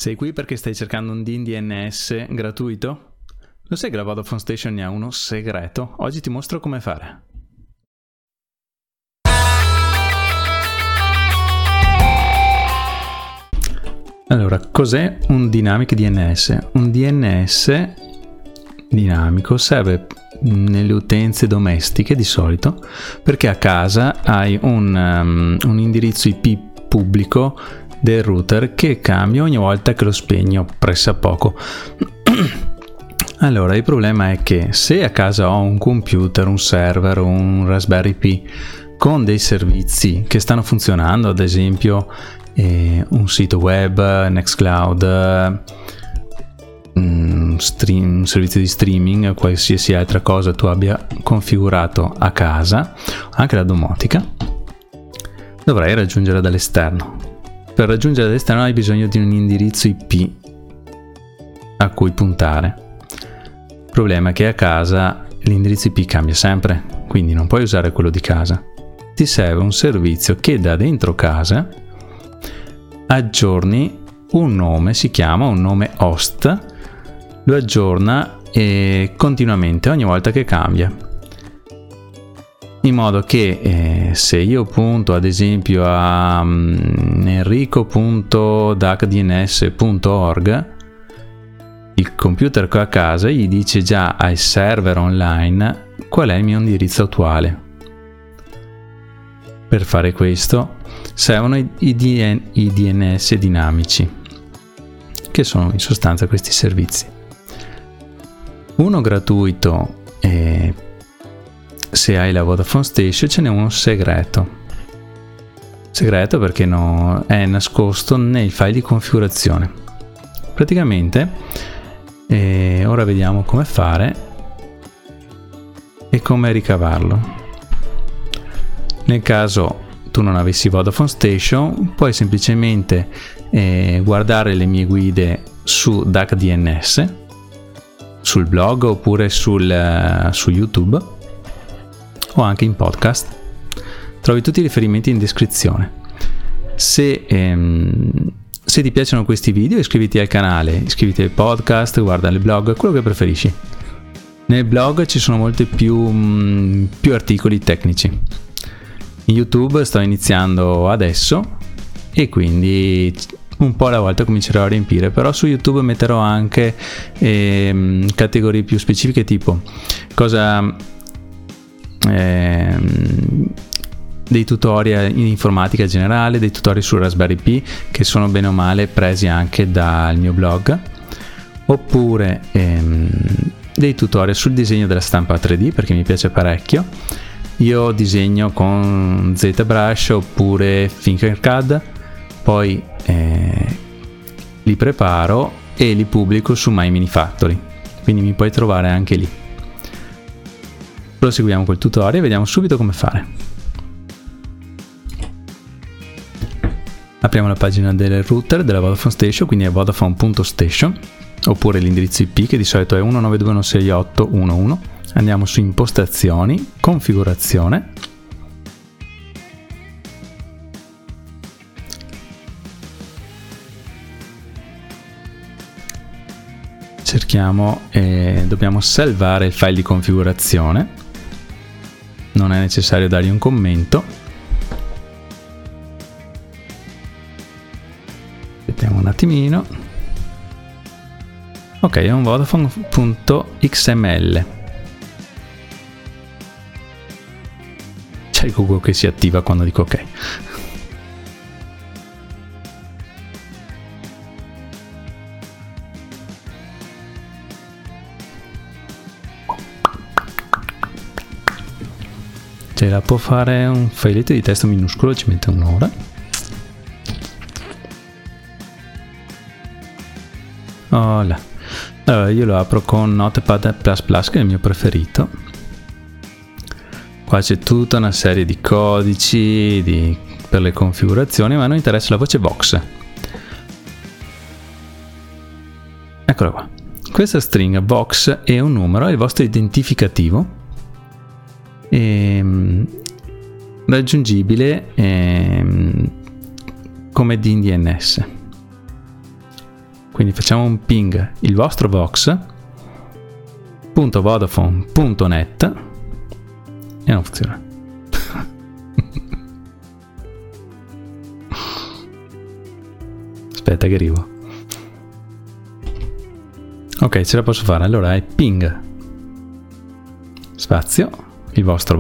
Sei qui perché stai cercando un DIN DNS gratuito? Lo sai che la Vodafone Station ne ha uno segreto? Oggi ti mostro come fare. Allora, cos'è un Dynamic DNS? Un DNS dinamico serve nelle utenze domestiche di solito perché a casa hai un indirizzo IP pubblico del router che cambia ogni volta che lo spegno pressappoco. Allora, il problema è che se a casa ho un computer, un server, un Raspberry Pi con dei servizi che stanno funzionando, ad esempio un sito web, Nextcloud, un servizio di streaming, qualsiasi altra cosa tu abbia configurato a casa, anche la domotica, dovrai raggiungere dall'esterno. Per raggiungere dall'esterno hai bisogno di un indirizzo IP a cui puntare. Il problema è che a casa l'indirizzo IP cambia sempre, quindi non puoi usare quello di casa. Ti serve un servizio che da dentro casa aggiorni un nome, si chiama un nome host, lo aggiorna continuamente ogni volta che cambia, in modo che se io punto ad esempio a enrico.dacdns.org, il computer che ho a casa gli dice già al server online qual è il mio indirizzo attuale. Per fare questo servono i DNS dinamici, che sono in sostanza questi servizi. Uno gratuito, se hai la Vodafone Station, ce n'è uno segreto perché è nascosto nei file di configurazione. Praticamente ora vediamo come fare e come ricavarlo. Nel caso tu non avessi Vodafone Station, puoi semplicemente guardare le mie guide su DACDNS sul blog oppure su YouTube o anche in podcast. Trovi tutti i riferimenti in descrizione. Se ti piacciono questi video, iscriviti al canale, iscriviti al podcast, guarda il blog, quello che preferisci. Nel blog ci sono molti più articoli tecnici. In YouTube sto iniziando adesso e quindi un po' alla volta comincerò a riempire, però su YouTube metterò anche categorie più specifiche, tipo dei tutorial in informatica generale, dei tutorial su Raspberry Pi che sono bene o male presi anche dal mio blog, oppure dei tutorial sul disegno della stampa 3D perché mi piace parecchio. Io disegno con ZBrush oppure Tinkercad, poi li preparo e li pubblico su My Mini Factory, quindi mi puoi trovare anche lì. Proseguiamo col tutorial e vediamo subito come fare. Apriamo la pagina del router della Vodafone Station, quindi è vodafone.station, oppure l'indirizzo IP che di solito è 192.168.1.1. Andiamo su impostazioni, configurazione, cerchiamo dobbiamo salvare il file di configurazione, non è necessario dargli un commento. Aspettiamo un attimino. Ok, è un vodafone.xml. C'è il Google che si attiva quando dico ok. Ce la può fare un filetto di testo minuscolo, ci mette un'ora. Allora, io lo apro con Notepad++, che è il mio preferito. Qua c'è tutta una serie di codici per le configurazioni, ma a noi interessa la voce Vox. Eccola qua. Questa stringa Vox è un numero, è il vostro identificativo, raggiungibile come DNS. Quindi facciamo un ping il vostro box.vodafone.net e non funziona. Aspetta che arrivo. Ok, ce la posso fare. Allora è ping spazio il vostro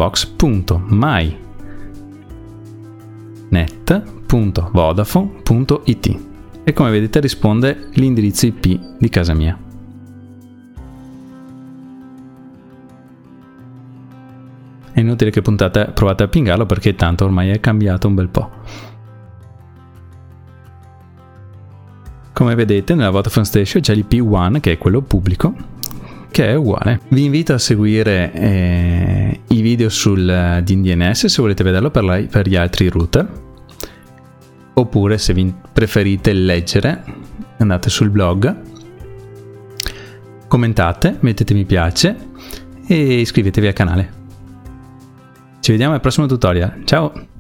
box.mynet.vodafone.it e come vedete risponde l'indirizzo IP di casa mia. È inutile che provate a pingarlo perché tanto ormai è cambiato un bel po'. Come vedete nella Vodafone Station c'è l'IP1 che è quello pubblico, che è uguale. Vi invito a seguire i video sul DNS se volete vederlo per gli altri router, oppure se vi preferite leggere andate sul blog, commentate, mettete mi piace e iscrivetevi al canale. Ci vediamo al prossimo tutorial. Ciao!